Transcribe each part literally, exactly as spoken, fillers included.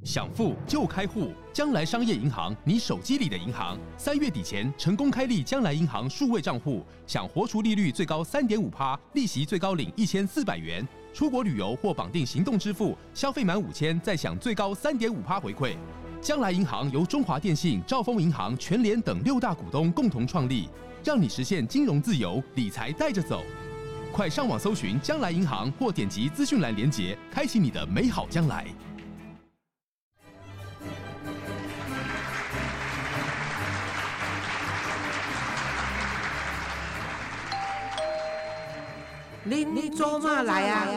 想富就开户，将来商业银行，你手机里的银行。三月底前成功开立将来银行数位账户，享活储利率最高 百分之三点五， 利息最高领一千四百元。出国旅游或绑定行动支付，消费满五千再享最高 百分之三点五 回馈。将来银行由中华电信、兆丰银行、全联等六大股东共同创立，让你实现金融自由，理财带着走。快上网搜寻将来银行，或点击资讯栏连结，开启你的美好将来。 恁做嘛来啊？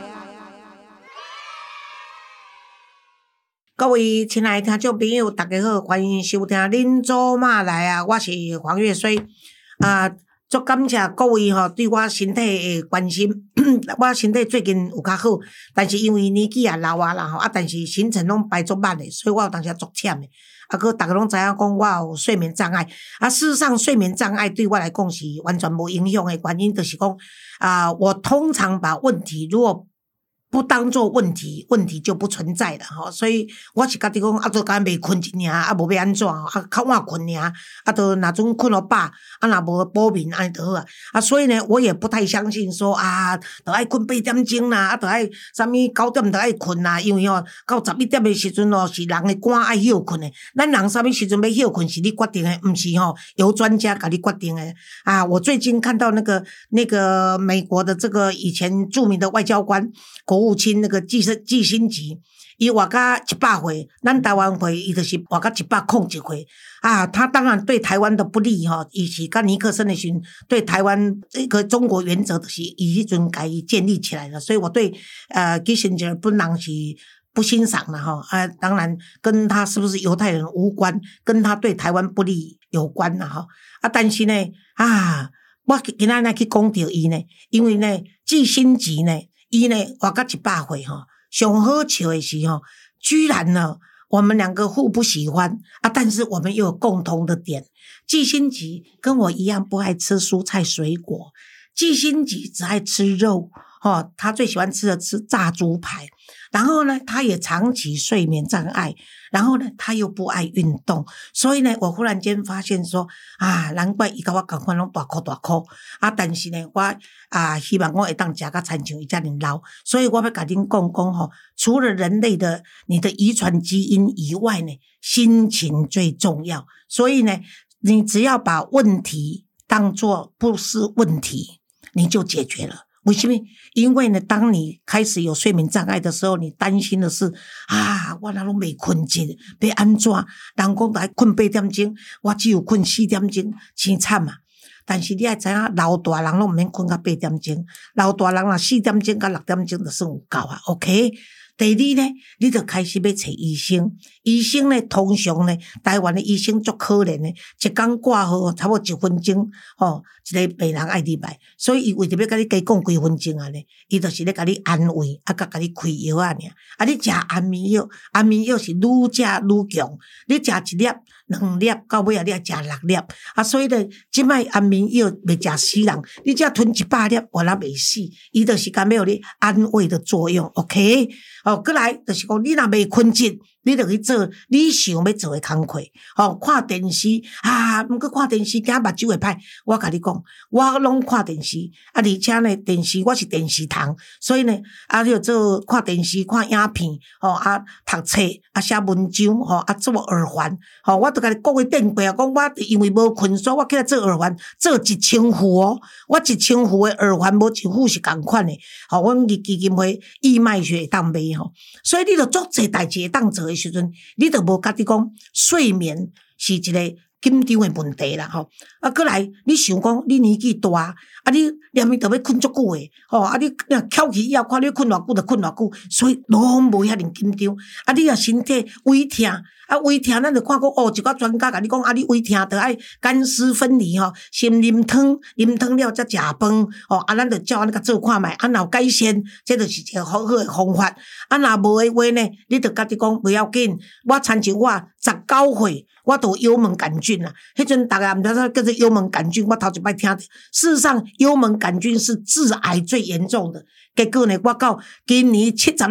各位亲爱的听众朋友，大家好，欢迎收听恁做嘛来啊！我是黄月水啊，足感谢各位吼对我身体的关心。我身体最近有较好，但是因为年纪也老啊啦吼，啊，但是行程拢排足慢的，所以我有当时足忝的。啊，佮大家拢知影讲我有睡眠障碍，啊，事实上睡眠障碍对我来讲是完全无影响的原因，就是讲啊，我通常把问题如果不当作问题，问题就不存在了吼。所以我是家己讲，啊，都敢未困一尔，啊，无要安怎啊，较晚困尔，啊，都若准困到饱，啊，若无补眠安尼就好啊。啊，所以呢，我也不太相信说啊，都爱困八点钟啦，啊，都爱啥物九点都爱困啦，因为吼、哦、到十一点的时阵哦，是人的肝爱休困的。咱人啥物时阵要休困是你决定的，毋是吼、哦、由专家甲你决定的啊。我最近看到那个那个美国的这个以前著名的外交官。国务卿那个季季辛吉，伊活到一百岁，咱台湾岁伊就是活到一百空一岁啊。他当然对台湾的不利哈，伊是跟尼克森的时候对台湾这个中国原则就是以迄阵改建立起来的，所以我对呃基辛吉本人是不欣赏的哈啊。当然跟他是不是犹太人无关，跟他对台湾不利有关的哈啊。但是呢啊，我今仔日去讲到伊呢，因为呢季辛吉呢。伊呢活到一百岁吼，上好笑的是吼，居然呢我们两个互不喜欢啊，但是我们又有共同的点。季辛吉跟我一样不爱吃蔬菜水果，季辛吉只爱吃肉哦，他最喜欢吃的吃炸猪排。然后呢，他也长期睡眠障碍，然后呢，他又不爱运动，所以呢，我忽然间发现说啊，难怪伊甲我同款拢大箍大箍啊！但是呢，我啊希望我会当食甲亲像伊遮尔老，所以我要甲恁讲讲吼，除了人类的你的遗传基因以外呢，心情最重要。所以呢，你只要把问题当作不是问题，你就解决了。为什么？因为呢，当你开始有睡眠障碍的时候，你担心的是啊，我哪拢未困觉，要安怎？人讲来困八点钟，我只有困四点钟，真惨啊！但是你要知影，老大人拢毋免困到八点钟，老大人若四点钟到六点钟就算有够啊 ，OK。第二呢，你就开始要找医生。医生呢，通常呢，台湾的医生足可怜的，一工挂号差不多一分钟，吼，一个病人爱入来，所以伊为着要甲你加讲几分钟啊呢，伊就是咧甲你安慰，啊，甲甲你开药啊尔。啊，你食安眠药，安眠药是愈食愈强，你食一粒、两粒，到尾啊，你要食六粒，啊，所以呢，即摆安眠药袂食死人，你只吞一百粒，我那袂死，伊就是干要有你安慰的作用 ，OK。哦，过来就是讲，你若未困觉，你就去做你想要做的工课。哦，看电视啊，毋过看电视惊目睭会歹。我甲你讲，我拢看电视，啊，而且呢，电视我是电视童，所以呢，啊，就做看电视、看影片，哦，啊，读册，啊，写文章，吼、哦，啊，做耳环，吼、哦，我都甲你讲过电过啊，讲我因为无困，所以我起来做耳环，做一千副哦，我一千副的耳环，无一副是共款的。吼、哦，阮基金会义卖学会当卖。所以你就做这代志会当做的时阵，你就无甲你讲睡眠是一个紧张的问题啦吼。啊，过来你想讲你年纪大，啊你连面都要困足久诶，吼啊你若翘起以后看你困偌久就困偌久，所以拢无遐尼紧张。啊，你若身体胃痛，啊胃痛咱就看讲哦，一个专家甲你讲啊，你胃痛就爱干湿分离吼，先啉汤，啉汤了才食饭，吼啊咱就照安尼甲做看觅，啊若有改善，这就是一个好好诶方法。啊若无诶话呢，你就甲你讲不要紧，我参像我十九岁。我都幽门杆菌啊，迄阵大家毋知道叫做幽门杆菌，我头一摆听的。事实上，幽门杆菌是致癌最严重的。结果呢，我到今年七十六，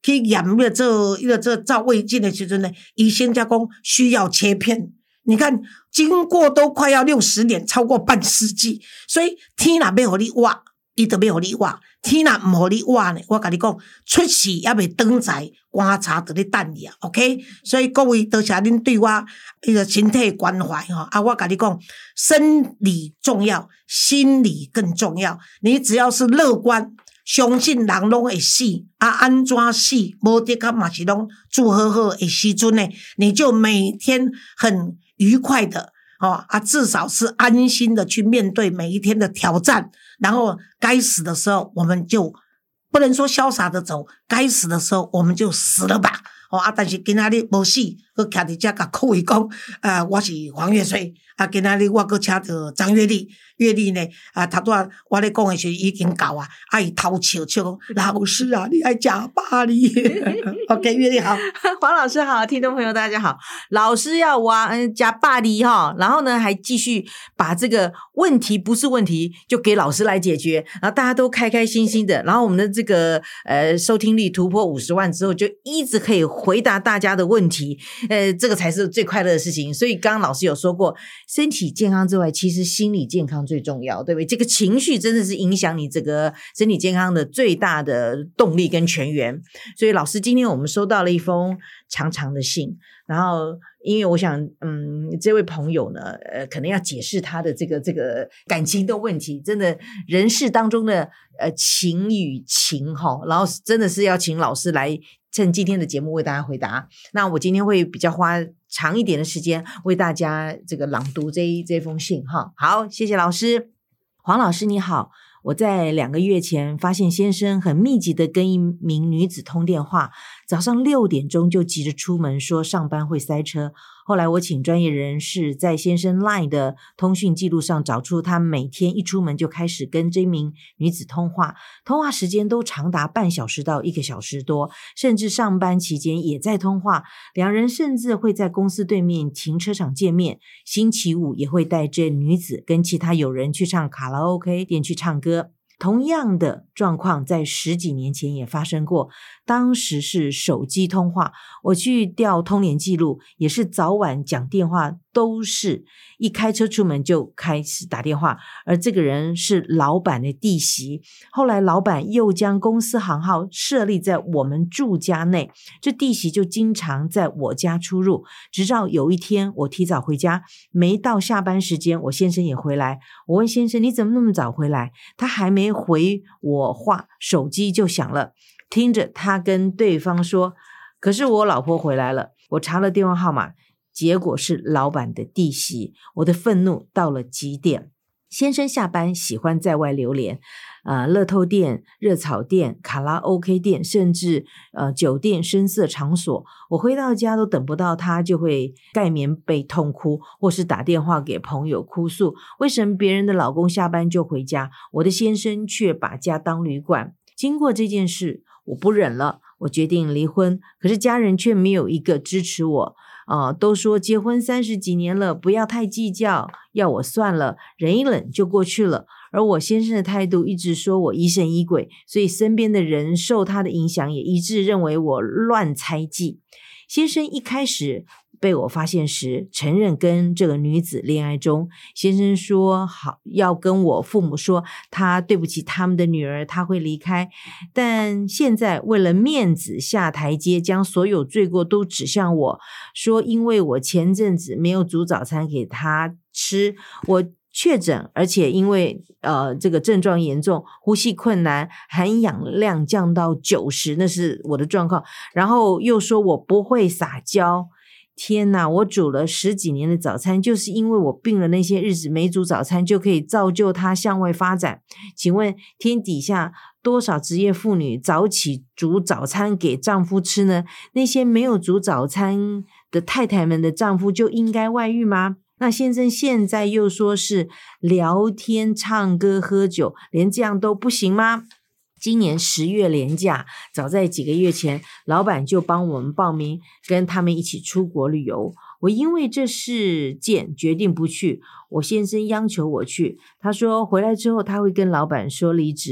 去验迄个做迄个做照胃镜的时阵呢，医生才讲需要切片。你看，经过都快要六十年，超过半世纪，所以天若要互你活，伊就要互你活。天若毋互你活呢，我甲你讲，出事还未登在，观察就咧等你啊 ，OK？ 所以各位多谢恁对我迄个身体关怀吼，啊，我甲你讲，生理重要，心理更重要。你只要是乐观，相信人拢会死，啊，安怎死？无得甲嘛是拢住好好的时阵呢，你就每天很愉快的。哦啊，至少是安心的去面对每一天的挑战，然后该死的时候我们就不能说潇洒的走，该死的时候我们就死了吧。哦啊，但是今仔日无死，佮徛伫遮甲各位讲，呃，我是黄月水。啊，今仔日我佮请到张月丽，月丽呢，啊，头拄仔我咧讲的时候已经到啊，啊，伊偷笑笑讲，老师啊，你爱假巴黎。OK， 月丽好， 黄老师好，听众朋友大家好，老师要挖嗯假巴黎哈，然后呢还继续把这个问题不是问题就给老师来解决，然后大家都开开心心的，然后我们的这个呃收听率突破五十万之后，就一直可以回答大家的问题，呃，这个才是最快乐的事情。所以刚刚老师有说过，身体健康之外，其实心理健康最重要，对不对？这个情绪真的是影响你这个身体健康的最大的动力跟泉源。所以老师，今天我们收到了一封长长的信，然后因为我想嗯这位朋友呢呃可能要解释他的这个这个感情的问题，真的人世当中的呃情与情哈，然后真的是要请老师来趁今天的节目为大家回答。那我今天会比较花长一点的时间为大家这个朗读这一这封信哈。好，谢谢老师。黄老师你好，我在两个月前发现先生很密集的跟一名女子通电话，早上六点钟就急着出门说上班会塞车。后来我请专业人士在先生 LINE 的通讯记录上找出他每天一出门就开始跟这名女子通话，通话时间都长达半小时到一个小时多，甚至上班期间也在通话。两人甚至会在公司对面停车场见面，星期五也会带这女子跟其他友人去唱卡拉 OK 店去唱歌。同样的状况在十几年前也发生过，当时是手机通话，我去调通联记录，也是早晚讲电话都是一开车出门就开始打电话，而这个人是老板的弟媳，后来老板又将公司行号设立在我们住家内，这弟媳就经常在我家出入，直到有一天我提早回家，没到下班时间，我先生也回来，我问先生你怎么那么早回来，他还没回我话，手机就响了，听着他跟对方说，可是我老婆回来了，我查了电话号码，结果是老板的弟媳，我的愤怒到了极点。先生下班喜欢在外流连，呃，乐透店、热炒店、卡拉 OK 店，甚至呃酒店、声色场所。我回到家都等不到他，就会盖棉被痛哭，或是打电话给朋友哭诉，为什么别人的老公下班就回家，我的先生却把家当旅馆。经过这件事，我不忍了，我决定离婚，可是家人却没有一个支持我。呃，都说结婚三十几年了，不要太计较，要我算了，忍一忍就过去了。而我先生的态度一直说我疑神疑鬼，所以身边的人受他的影响，也一致认为我乱猜忌。先生一开始被我发现时，承认跟这个女子恋爱中，先生说好要跟我父母说他对不起他们的女儿，他会离开，但现在为了面子下台阶，将所有罪过都指向我，说因为我前阵子没有煮早餐给他吃，我确诊，而且因为呃这个症状严重，呼吸困难，含氧量降到九十，那是我的状况，然后又说我不会撒娇。天哪，我煮了十几年的早餐，就是因为我病了那些日子没煮早餐，就可以造就它向外发展。请问天底下多少职业妇女早起煮早餐给丈夫吃呢？那些没有煮早餐的太太们的丈夫就应该外遇吗？那先生现在又说是聊天、唱歌、喝酒，连这样都不行吗？今年十月连假，早在几个月前，老板就帮我们报名，跟他们一起出国旅游。我因为这事件决定不去，我先生央求我去，他说回来之后他会跟老板说离职。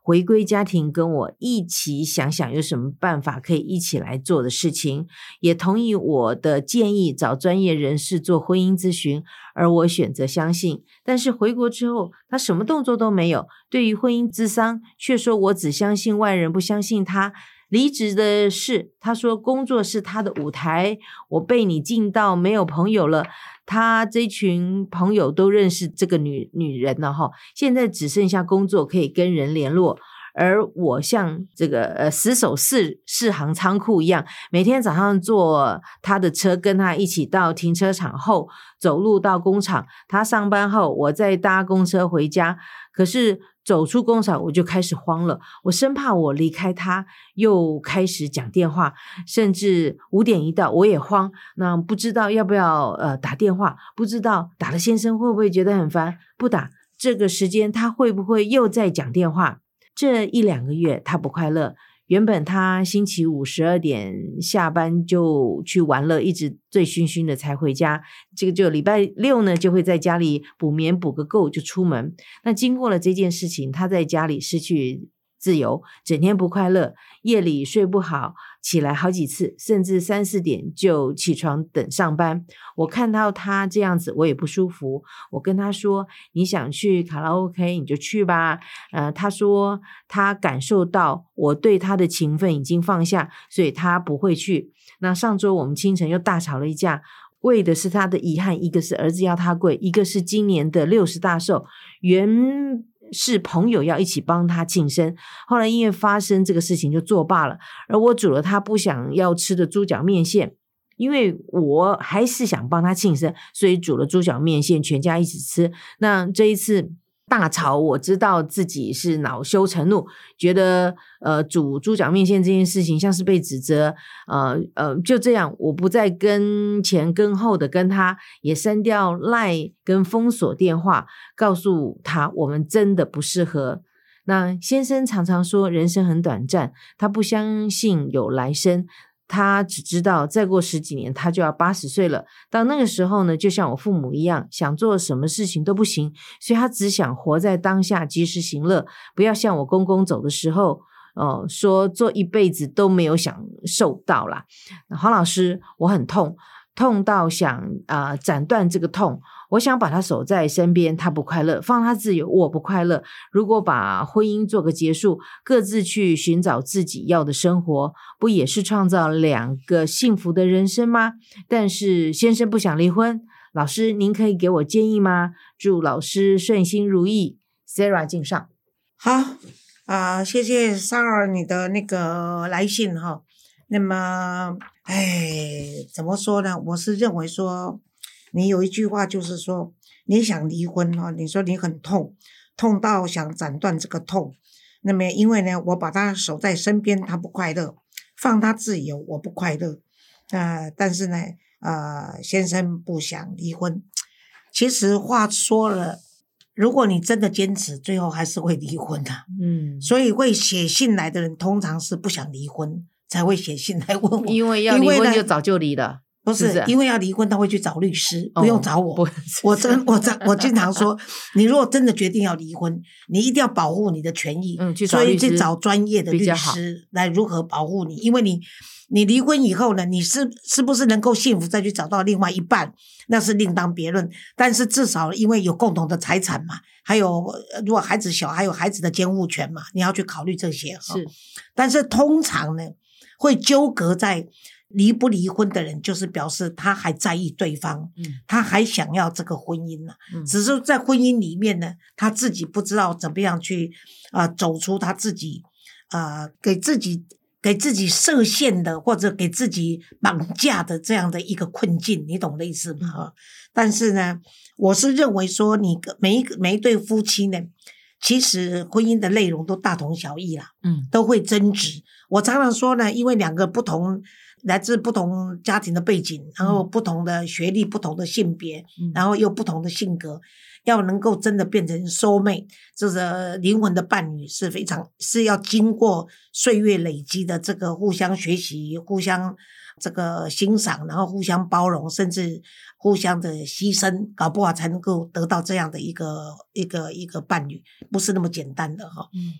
回归家庭，跟我一起想想有什么办法可以一起来做的事情，也同意我的建议，找专业人士做婚姻咨询，而我选择相信。但是回国之后，他什么动作都没有，对于婚姻咨商却说我只相信外人，不相信他。离职的事，他说工作是他的舞台，我被你禁到没有朋友了，他这群朋友都认识这个女女人了哈，现在只剩下工作可以跟人联络，而我像这个呃死守四四行仓库一样，每天早上坐他的车跟他一起到停车场后走路到工厂，他上班后我再搭公车回家，可是走出工厂我就开始慌了，我生怕我离开他又开始讲电话，甚至五点一到我也慌，那不知道要不要呃打电话，不知道打了先生会不会觉得很烦，不打这个时间他会不会又在讲电话。这一两个月他不快乐，原本他星期五十二点下班就去玩乐，一直醉醺醺的才回家，这个就礼拜六呢就会在家里补眠补个够就出门。那经过了这件事情，他在家里失去自由，整天不快乐，夜里睡不好，起来好几次，甚至三四点就起床等上班。我看到他这样子我也不舒服，我跟他说你想去卡拉 OK 你就去吧，呃，他说他感受到我对他的情分已经放下，所以他不会去。那上周我们清晨又大吵了一架，为的是他的遗憾，一个是儿子要他跪，一个是今年的六十大寿，原是朋友要一起帮他庆生，后来因为发生这个事情就作罢了，而我煮了他不想要吃的猪脚面线，因为我还是想帮他庆生，所以煮了猪脚面线全家一起吃。那这一次大吵，我知道自己是恼羞成怒，觉得呃煮猪脚面线这件事情像是被指责，呃呃就这样，我不再跟前跟后的跟他，也删掉 LINE 跟封锁电话，告诉他我们真的不适合。那先生常常说人生很短暂，他不相信有来生，他只知道再过十几年他就要八十岁了，到那个时候呢，就像我父母一样，想做什么事情都不行，所以他只想活在当下，及时行乐，不要像我公公走的时候呃，说做一辈子都没有享受到啦。黄老师，我很痛，痛到想啊、呃、斩断这个痛，我想把他守在身边，他不快乐，放他自由，我不快乐。如果把婚姻做个结束，各自去寻找自己要的生活，不也是创造两个幸福的人生吗？但是先生不想离婚，老师您可以给我建议吗？祝老师顺心如意。 Sarah 敬上。 好啊、呃，谢谢 Sarah 你的那个来信哈。那么，哎，怎么说呢？我是认为说，你有一句话就是说，你想离婚哈，你说你很痛，痛到想斩断这个痛。那么，因为呢，我把他守在身边，他不快乐，放他自由，我不快乐。呃，但是呢，呃，先生不想离婚。其实话说了，如果你真的坚持，最后还是会离婚的。 嗯， 所以会写信来的人，通常是不想离婚才会写信来问我。 因为要离婚就早就离了。 不是， 是不是因为要离婚，他会去找律师， 哦不用找我。 不我真我真我经常说，你如果真的决定要离婚，你一定要保护你的权益， 嗯，去找所以律师去找专业的律比较好师来如何保护你。因为你你离婚以后呢，你是是不是能够幸福，再去找到另外一半，那是另当别论。但是至少因为有共同的财产嘛，还有呃如果孩子小，还有孩子的监护权嘛，你要去考虑这些。 是， 但是通常呢，会纠葛在离不离婚的人，就是表示他还在意对方， 嗯， 他还想要这个婚姻呢、 嗯只是在婚姻里面呢，他自己不知道怎么样去啊、呃、走出他自己啊、呃、给自己给自己设限的，或者给自己绑架的这样的一个困境，你懂的意思吗？嗯、但是呢，我是认为说，你每一个每一对夫妻呢，其实婚姻的内容都大同小异啦， 嗯， 都会争执。我常常说呢，因为两个不同来自不同家庭的背景，然后不同的学历、不同的性别， 嗯然后又不同的性格，要能够真的变成 soul mate， 这个灵魂的伴侣是非常是要经过岁月累积的这个互相学习、互相这个欣赏，然后互相包容，甚至互相的牺牲，搞不好才能够得到这样的一个一个一个伴侣，不是那么简单的哈。 嗯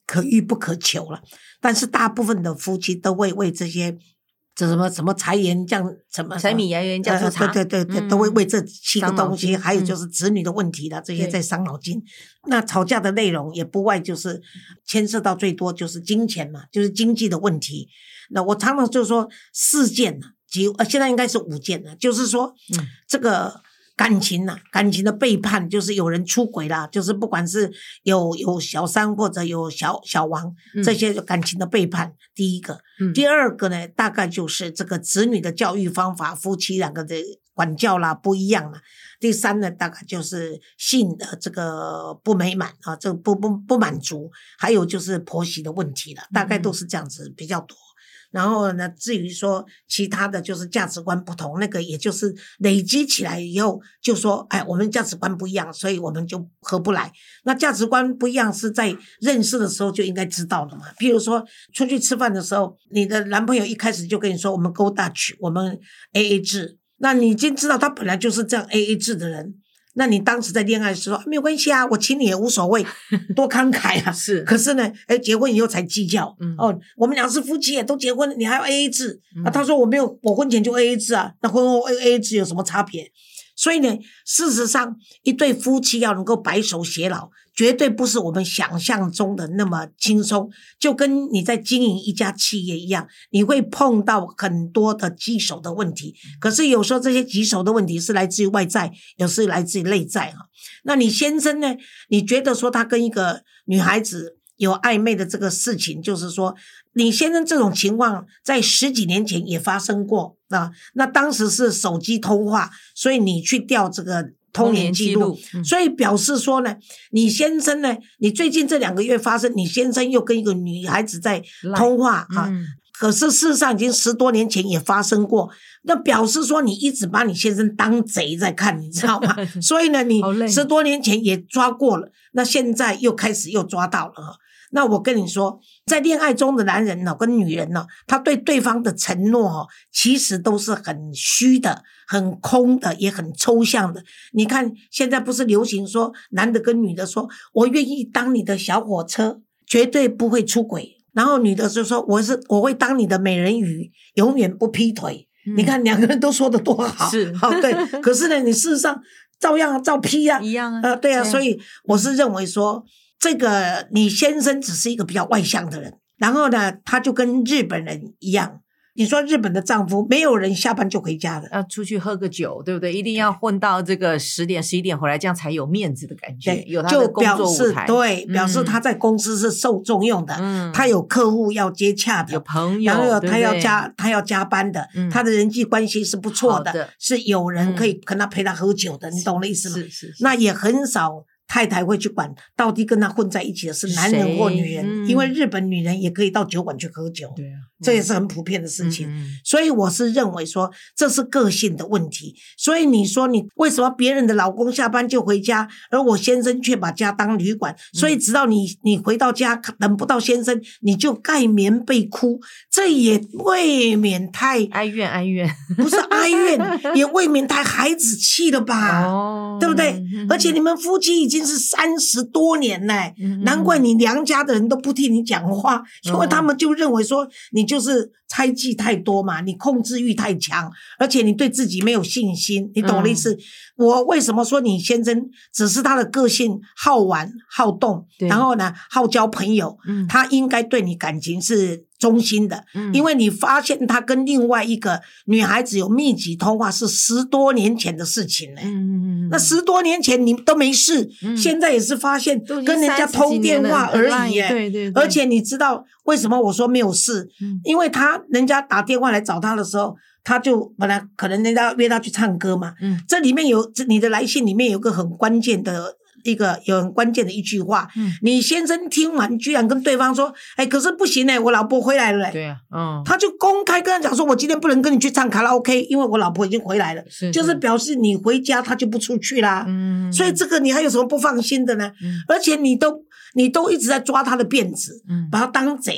可遇不可求了。但是大部分的夫妻都会为这些这什么什么柴盐酱什么柴米油盐酱醋茶， 呃、对对对、嗯、都会为这七个东西，还有就是子女的问题的、嗯、这些在伤脑筋。那吵架的内容也不外就是牵涉到最多就是金钱嘛，就是经济的问题。那我常常就说四件几呃现在应该是五件了，就是说、嗯、这个感情呐、啊，感情的背叛就是有人出轨啦，就是不管是有有小三或者有小小王、嗯、这些感情的背叛，第一个、嗯、第二个呢大概就是这个子女的教育方法，夫妻两个的管教啦不一样啦。第三呢大概就是性的这个不美满啊，这个不不不满足，还有就是婆媳的问题了，大概都是这样子比较多。然后呢，至于说其他的就是价值观不同，那个也就是累积起来以后就说哎，我们价值观不一样，所以我们就合不来。那价值观不一样是在认识的时候就应该知道的嘛。譬如说出去吃饭的时候，你的男朋友一开始就跟你说我们 Go Dutch， 我们 A A 制，那你已经知道他本来就是这样 A A 制的人，那你当时在恋爱的时候没有关系啊，我请你也无所谓，多慷慨啊。是，可是呢，哎，结婚以后才计较。嗯、哦，我们俩是夫妻也都结婚了，你还要 A A 制、嗯、啊？他说我没有，我婚前就 A A 制啊，那婚后 A A 制有什么差别？所以呢，事实上，一对夫妻要能够白首偕老，绝对不是我们想象中的那么轻松。就跟你在经营一家企业一样，你会碰到很多的棘手的问题。可是有时候这些棘手的问题是来自于外在，有时来自于内在哈。那你先生呢？你觉得说他跟一个女孩子有暧昧的这个事情，就是说你先生这种情况在十几年前也发生过啊。那当时是手机通话，所以你去调这个通联记录、嗯、所以表示说呢，你先生呢，你最近这两个月发生你先生又跟一个女孩子在通话啊、嗯，可是事实上已经十多年前也发生过，那表示说你一直把你先生当贼在看，你知道吗？所以呢，你十多年前也抓过了，那现在又开始又抓到了。那我跟你说，在恋爱中的男人呢跟女人呢，他对对方的承诺其实都是很虚的，很空的，也很抽象的。你看现在不是流行说男的跟女的说我愿意当你的小火车，绝对不会出轨，然后女的就说我是我会当你的美人鱼，永远不劈腿、嗯、你看两个人都说得多好，是好对。可是呢你事实上照样照劈啊，一样啊、呃、对啊，所以我是认为说这个你先生只是一个比较外向的人，然后呢他就跟日本人一样，你说日本的丈夫没有人下班就回家的，要出去喝个酒，对不对？一定要混到这个十点十一点回来，这样才有面子的感觉，有他的工作舞台，对、嗯、表示他在公司是受重用的、嗯、他有客户要接洽的，有朋友，然后他要加对对他要加班的、嗯、他的人际关系是不错 的, 的是有人可以跟他陪他喝酒的、嗯、你懂的意思吗？是是是，那也很少太太会去管到底跟他混在一起的是男人或女人、嗯、因为日本女人也可以到酒馆去喝酒，对啊，这也是很普遍的事情、嗯、所以我是认为说这是个性的问题。所以你说你为什么别人的老公下班就回家，而我先生却把家当旅馆、嗯、所以直到你你回到家等不到先生你就盖棉被哭，这也未免太哀怨哀怨不是哀怨也未免太孩子气了吧、哦、对不对、嗯、而且你们夫妻已经是三十多年了、嗯、难怪你娘家的人都不替你讲话、嗯、因为他们就认为说你就是猜忌太多嘛，你控制欲太强，而且你对自己没有信心，你懂我的意思、嗯、我为什么说你先生只是他的个性好玩好动，然后呢好交朋友、嗯、他应该对你感情是忠心的、嗯、因为你发现他跟另外一个女孩子有密集通话是十多年前的事情了、嗯、那十多年前你都没事、嗯、现在也是发现跟人家通电话而已耶，对对对，而且你知道为什么我说没有事、嗯、因为他人家打电话来找他的时候，他就本来可能人家约他去唱歌嘛，嗯，这里面有你的来信里面有个很关键的一个有很关键的一句话、嗯、你先生听完居然跟对方说哎，可是不行欸，我老婆回来了欸，对啊，嗯，他就公开跟他讲说我今天不能跟你去唱卡拉 OK， 因为我老婆已经回来了，是是，就是表示你回家他就不出去啦，嗯，所以这个你还有什么不放心的呢？嗯，而且你都你都一直在抓他的辫子、嗯、把他当贼，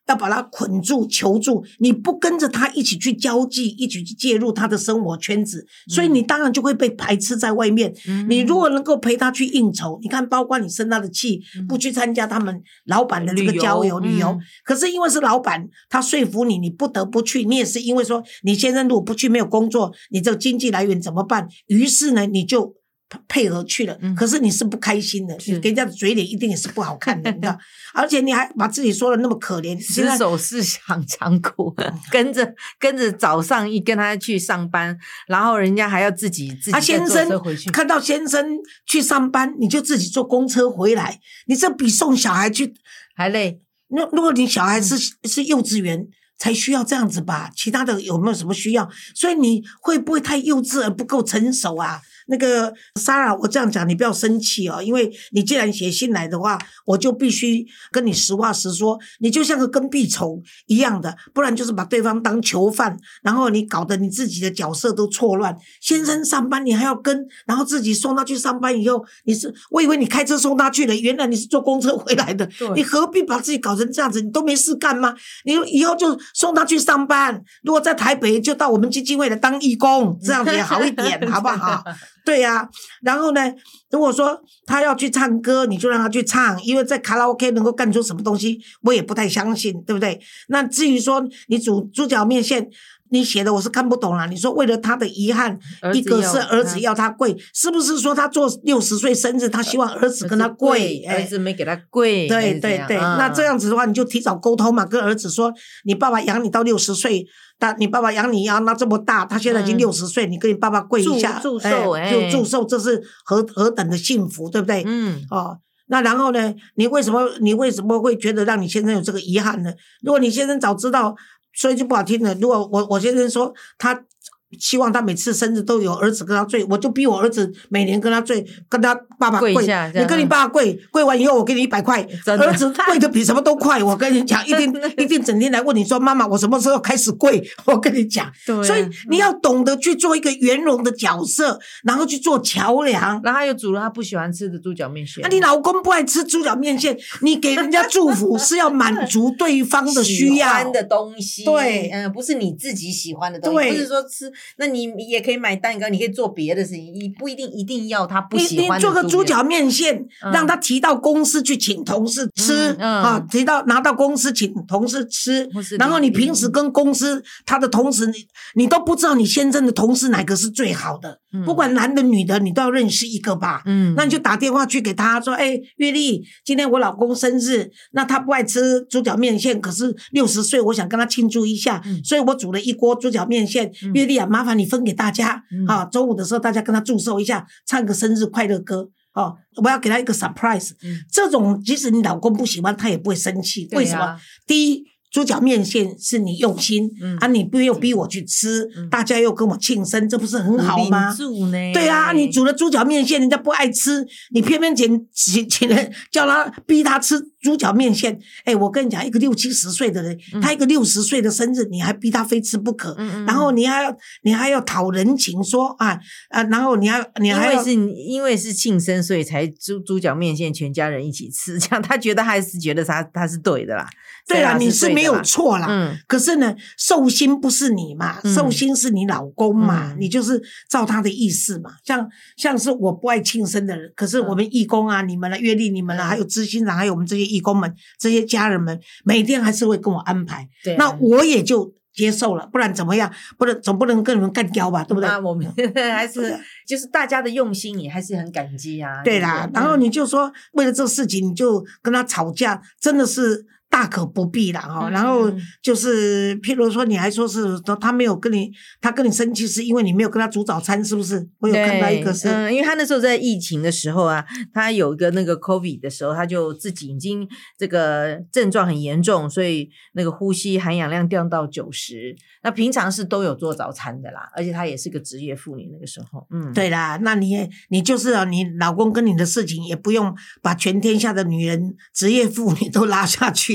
要把他捆住求助，你不跟着他一起去交际，一起去介入他的生活圈子，所以你当然就会被排斥在外面。嗯、你如果能够陪他去应酬，你看包括你生他的气，不去参加他们老板的这个郊游旅游、嗯、可是因为是老板他说服你，你不得不去，你也是因为说你先生如果不去没有工作，你这个经济来源怎么办？于是呢你就配合去了、嗯、可是你是不开心的，你给人家的嘴脸一定也是不好看的你知道而且你还把自己说的那么可怜， 执手是想长苦跟着跟着早上一跟他去上班，然后人家还要自己自己再坐车回去、 啊、先生看到先生去上班你就自己坐公车回来，你这比送小孩去还累。 那如果你小孩是、嗯、是幼稚园才需要这样子吧，其他的有没有什么需要？所以你会不会太幼稚而不够成熟啊？那个 Sarah 我这样讲你不要生气哦，因为你既然写信来的话，我就必须跟你实话实说，你就像个跟屁虫一样的，不然就是把对方当囚犯，然后你搞得你自己的角色都错乱。先生上班你还要跟，然后自己送他去上班以后，你是我以为你开车送他去了，原来你是坐公车回来的，你何必把自己搞成这样子？你都没事干吗？你以后就送他去上班，如果在台北就到我们基金会来当义工，这样子也好一点好不好？对呀、啊，然后呢如果说他要去唱歌你就让他去唱，因为在卡拉 OK 能够干出什么东西我也不太相信，对不对？那至于说你煮猪脚面线你写的我是看不懂啦，你说为了他的遗憾，一个是儿子要他跪，是不是说他做六十岁生日他希望儿子跟他跪， 儿子没给他跪， 对对对、啊、那这样子的话你就提早沟通嘛，跟儿子说你爸爸养你到六十岁，但你爸爸养你养到这么大，他现在已经六十岁、嗯、你跟你爸爸跪一下祝寿、 哎、就祝寿，这是何何等的幸福，对不对？ 嗯哦，那然后呢你为什么你为什么会觉得让你先生有这个遗憾呢？如果你先生早知道，说一句不好听的，如果我我先生说他希望他每次生日都有儿子跟他跪，我就逼我儿子每年跟他跪，跟他爸爸跪， 跪一下， 你跟你爸爸跪，跪完以后我给你一百块，儿子跪的比什么都快，我跟你讲，一定一定整天来问你说妈妈我什么时候开始跪，我跟你讲， 对、啊， 所以你要懂得去做一个圆融的角色，然后去做桥梁。 然后他又煮了他不喜欢吃的猪脚面线， 啊，你老公不爱吃猪脚面线，你给人家祝福是要满足对方的需要， 喜欢的东西， 对， 嗯、呃，不是你自己喜欢的东西，不是说吃，那你也可以买蛋糕，你可以做别的事情，你不一定一定要他不喜欢的。 你你做个猪脚面线、嗯，让他提到公司去请同事吃、嗯嗯、啊，提到拿到公司请同事吃，然后你平时跟公司他的同事，你你都不知道你先生的同事哪个是最好的，嗯、不管男的女的，你都要认识一个吧。嗯，那你就打电话去给他说，哎，月丽，今天我老公生日，那他不爱吃猪脚面线，可是六十岁，我想跟他庆祝一下、嗯，所以我煮了一锅猪脚面线，嗯、月丽啊，麻烦你分给大家。嗯、啊，中午的时候大家跟他祝寿一下，唱个生日快乐歌哦，我要给他一个 surprise、嗯、这种即使你老公不喜欢他也不会生气、啊、为什么？第一，猪脚面线是你用心、嗯、啊，你不又逼我去吃、嗯、大家又跟我庆生，这不是很好吗？对啊，你煮了猪脚面线人家不爱吃，你偏偏请请请人叫他逼他吃猪脚面线。哎，我跟你讲，一个六七十岁的人、嗯、他一个六十岁的生日你还逼他非吃不可、嗯、然后你还要你还要讨人情说啊啊，然后你还你还要因为是因为是庆生所以才猪猪脚面线全家人一起吃，这样他觉得还是觉得他他是对的啦。 对啦，你是没有错啦、嗯、可是呢寿星不是你嘛、嗯、寿星是你老公嘛、嗯、你就是照他的意思嘛。像像是我不爱庆生的人，可是我们义工啊、嗯、你们啦、月丽你们啦、嗯、还有知心长还有我们这些义工们这些家人们每天还是会跟我安排，对、啊、那我也就接受了，不然怎么样？不能总不能跟你们干掉吧，对不对？ 那我们还是就是大家的用心也还是很感激啊。 对啦，然后你就说为了这事情你就跟他吵架，真的是大可不必啦哈、哦嗯。然后就是譬如说你还说是他没有跟你他跟你生气是因为你没有跟他煮早餐，是不是？我有看到一个是嗯，因为他那时候在疫情的时候啊，他有一个那个 COVID 的时候，他就自己已经这个症状很严重，所以那个呼吸含氧量掉到九十。那平常是都有做早餐的啦，而且她也是个职业妇女那个时候。嗯， 对啦，那你也你就是啊，你老公跟你的事情也不用把全天下的女人职业妇女都拉下去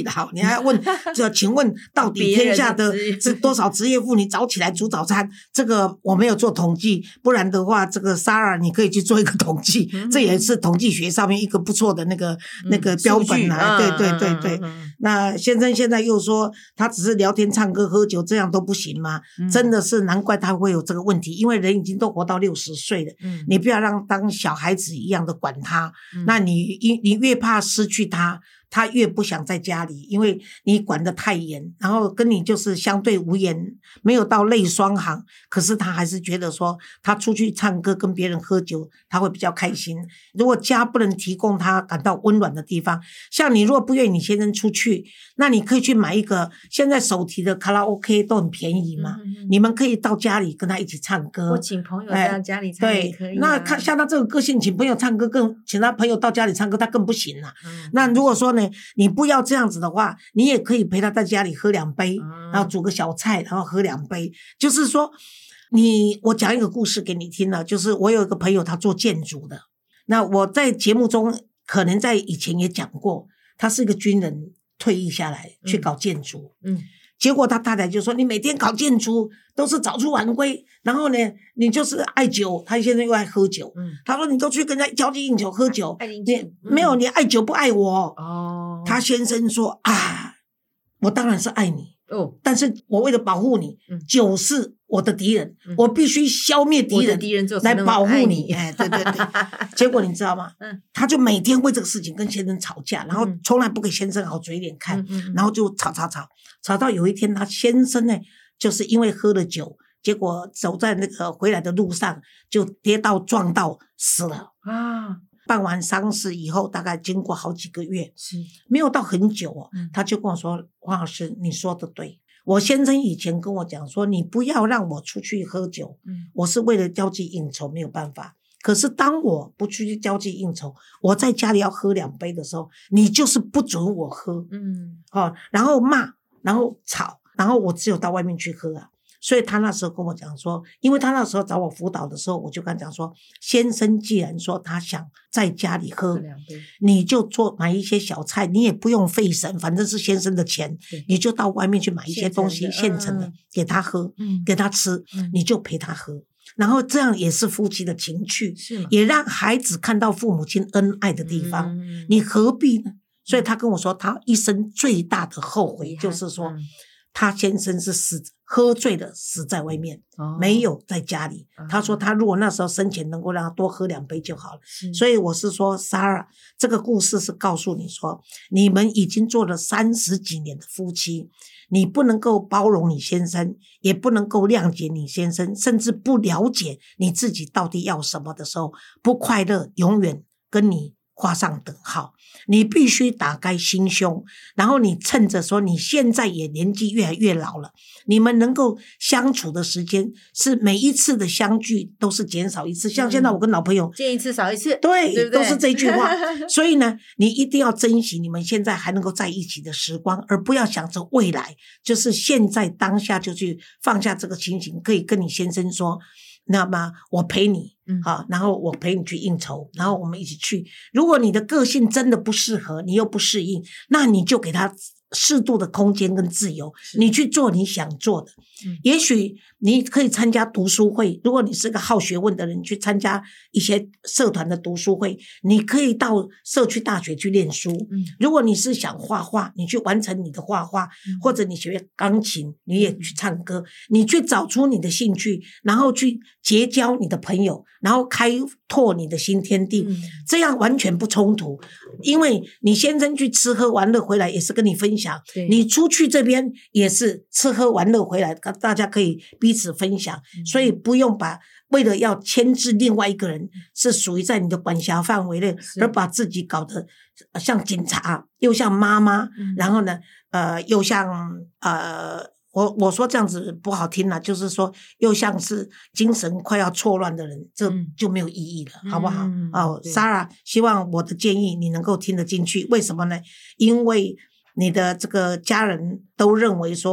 的好，你还要问这请问到底天下的是多少职业妇女早起来煮早餐？这个我没有做统计，不然的话，这个 Sarah 你可以去做一个统计，嗯、这也是统计学上面一个不错的那个、嗯、那个标本啊。对对对对。嗯嗯嗯、那先生现在又说他只是聊天、唱歌、喝酒，这样都不行吗？嗯、真的是难怪他会有这个问题，因为人已经都活到六十岁了，嗯、你不要让当小孩子一样的管他，嗯、那你你越怕失去他。他越不想在家里，因为你管得太严，然后跟你就是相对无言，没有到泪双行，可是他还是觉得说他出去唱歌跟别人喝酒他会比较开心。如果家不能提供他感到温暖的地方，像你如果不愿意你先生出去，那你可以去买一个现在手提的卡拉 OK 都很便宜嘛，嗯嗯，你们可以到家里跟他一起唱歌， 我请朋友到家里唱也可以、啊、 对，那看像他这个个性请朋友唱歌更请他朋友到家里唱歌他更不行了、啊嗯、那如果说呢你不要这样子的话，你也可以陪他在家里喝两杯、嗯、然后煮个小菜然后喝两杯，就是说你我讲一个故事给你听了，就是我有一个朋友他做建筑的，那我在节目中可能在以前也讲过，他是一个军人退役下来去搞建筑，嗯，嗯结果他太太就说你每天搞建筑都是早出晚归，然后呢你就是爱酒，他现在又爱喝酒、嗯、他说你都去跟人家交际应酬喝酒，你、嗯、没有你爱酒不爱我哦。他先生说啊，我当然是爱你哦，但是我为了保护你、嗯、酒是我的敌人、嗯、我必须消灭敌人来保护你，哎，对对对结果你知道吗、嗯、他就每天为这个事情跟先生吵架，然后从来不给先生好嘴脸看、嗯、然后就吵吵吵吵到有一天他先生呢就是因为喝了酒，结果走在那个回来的路上就跌倒撞到死了啊。办完丧事以后大概经过好几个月，是没有到很久哦、嗯、他就跟我说黄老师你说的对，我先生以前跟我讲说你不要让我出去喝酒、嗯、我是为了交际应酬没有办法，可是当我不去交际应酬，我在家里要喝两杯的时候，你就是不准我喝，嗯，哦，然后骂然后吵，然后我只有到外面去喝啊。所以他那时候跟我讲说，因为他那时候找我辅导的时候，我就跟他讲说，先生既然说他想在家里喝，你就做买一些小菜，你也不用费神，反正是先生的钱，你就到外面去买一些东西现成的、嗯、给他喝、嗯、给他吃、嗯、你就陪他喝，然后这样也是夫妻的情趣，也让孩子看到父母亲恩爱的地方、嗯、你何必呢？所以他跟我说他一生最大的后悔就是说、嗯、他先生是死喝醉了死在外面、哦、没有在家里、嗯、他说他如果那时候生前能够让他多喝两杯就好了。所以我是说 Sarah 这个故事是告诉你说，你们已经做了三十几年的夫妻，你不能够包容你先生，也不能够谅解你先生，甚至不了解你自己到底要什么的时候，不快乐永远跟你画上等号。你必须打开心胸，然后你趁着说你现在也年纪越来越老了，你们能够相处的时间是每一次的相聚都是减少一次，像现在我跟老朋友、嗯、 见一次少一次， 对, 对不对？ 都是这句话所以呢你一定要珍惜你们现在还能够在一起的时光，而不要想着未来，就是现在当下就去放下这个情形，可以跟你先生说，那么我陪你、嗯、好，然后我陪你去应酬，然后我们一起去。如果你的个性真的不适合，你又不适应，那你就给他适度的空间跟自由，你去做你想做的、嗯、也许你可以参加读书会，如果你是个好学问的人，去参加一些社团的读书会，你可以到社区大学去念书、嗯、如果你是想画画，你去完成你的画画、嗯、或者你学钢琴，你也去唱歌、嗯、你去找出你的兴趣，然后去结交你的朋友，然后开拓你的新天地、嗯、这样完全不冲突。因为你先生去吃喝玩乐回来也是跟你分享，你出去这边也是吃喝玩乐回来，大家可以彼此分享、嗯、所以不用把为了要牵制另外一个人是属于在你的管辖范围内，而把自己搞得像警察又像妈妈、嗯、然后呢呃又像呃我我说这样子不好听了，就是说又像是精神快要错乱的人，这就没有意义了、嗯、好不好、嗯、哦 Sarah 希望我的建议你能够听得进去。为什么呢？因为你的这个家人都认为说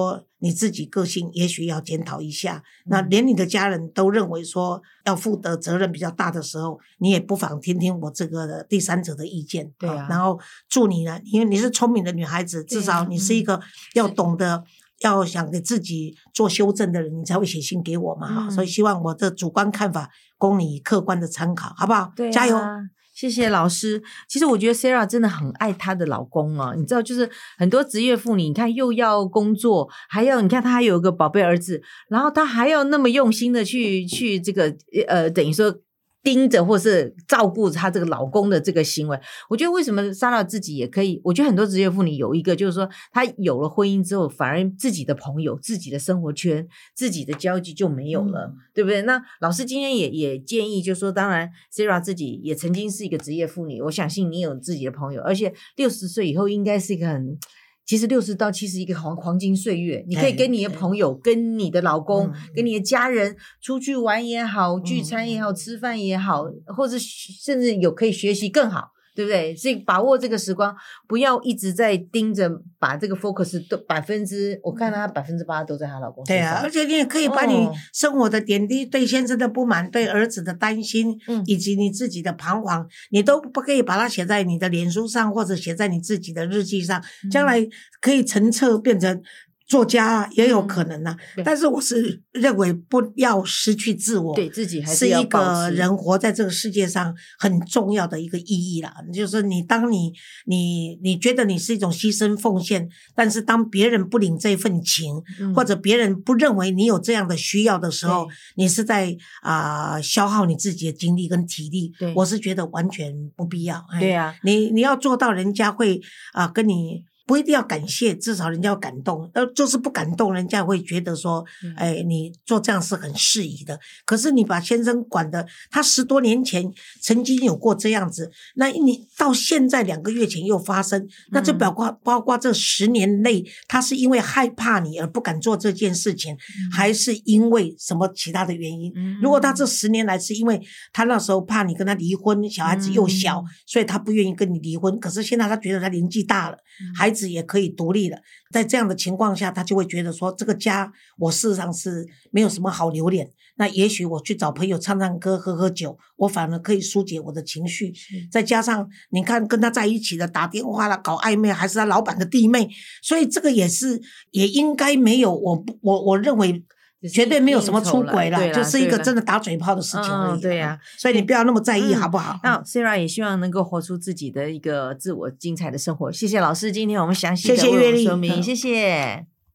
你自己个性也许要检讨一下。那连你的家人都认为说要负的责任比较大的时候，你也不妨听听我这个第三者的意见。 对啊， 然后祝你呢，因为你是聪明的女孩子，至少你是一个要懂得要想给自己做修正的人，你才会写信给我嘛。嗯、所以希望我的主观看法供你客观的参考，好不好？ 对啊， 加油！ 谢谢老师。其实我觉得 Sarah 真的很爱她的老公啊，你知道，就是很多职业妇女，你看又要工作，还要你看她还有一个宝贝儿子，然后她还要那么用心的去去这个呃，等于说盯着或是照顾她这个老公的这个行为。我觉得为什么 Sarah 自己也可以，我觉得很多职业妇女有一个就是说，她有了婚姻之后，反而自己的朋友、自己的生活圈、自己的交际就没有了、嗯、对不对？那老师今天也也建议就是说，当然 Sarah 自己也曾经是一个职业妇女，我相信你有自己的朋友，而且六十岁以后应该是一个很其实六十到七十一个黄黄金岁月，你可以跟你的朋友、跟你的老公、嗯、跟你的家人出去玩也好、嗯、聚餐也好、吃饭也好，或者甚至有可以学习更好，对不对？所以把握这个时光，不要一直在盯着把这个 focus 都百分之，我看她百分之八都在她老公身上。 对啊，而且你也可以把你生活的点滴、哦、对先生的不满、对儿子的担心、嗯、以及你自己的彷徨，你都不可以把它写在你的脸书上，或者写在你自己的日记上，嗯、将来可以成册变成作家也有可能啊、嗯、但是我是认为不要失去自我， 对自己还是要是一个人活在这个世界上很重要的一个意义啦。就是你当你你你觉得你是一种牺牲奉献，但是当别人不领这份情、嗯、或者别人不认为你有这样的需要的时候，你是在啊、呃、消耗你自己的精力跟体力，对，我是觉得完全不必要。 对啊， 你你要做到人家会啊、呃、跟你不一定要感谢，至少人家要感动，呃，就是不感动，人家会觉得说，嗯、哎，你做这样是很适宜的。可是你把先生管的，他十多年前曾经有过这样子，那你到现在两个月前又发生，那就包括、嗯、包括这十年内，他是因为害怕你而不敢做这件事情，嗯、还是因为什么其他的原因？嗯、如果他这十年来是因为他那时候怕你跟他离婚，小孩子又小，嗯、所以他不愿意跟你离婚，可是现在他觉得他年纪大了，嗯、孩子也可以独立了，在这样的情况下，他就会觉得说，这个家我事实上是没有什么好留恋。那也许我去找朋友唱唱歌、喝喝酒，我反而可以疏解我的情绪。再加上你看跟他在一起的打电话啦、搞暧昧，还是他老板的弟妹，所以这个也是也应该没有我我我认为。绝对没有什么出轨啦，就是一个真的打嘴炮的事情而已。嗯、对呀、啊，所以你不要那么在意，嗯、好不好？ 那 Sarah 也希望能够活出自己的一个自我精彩的生活。谢谢老师，今天我们详细的为我们说明，谢谢。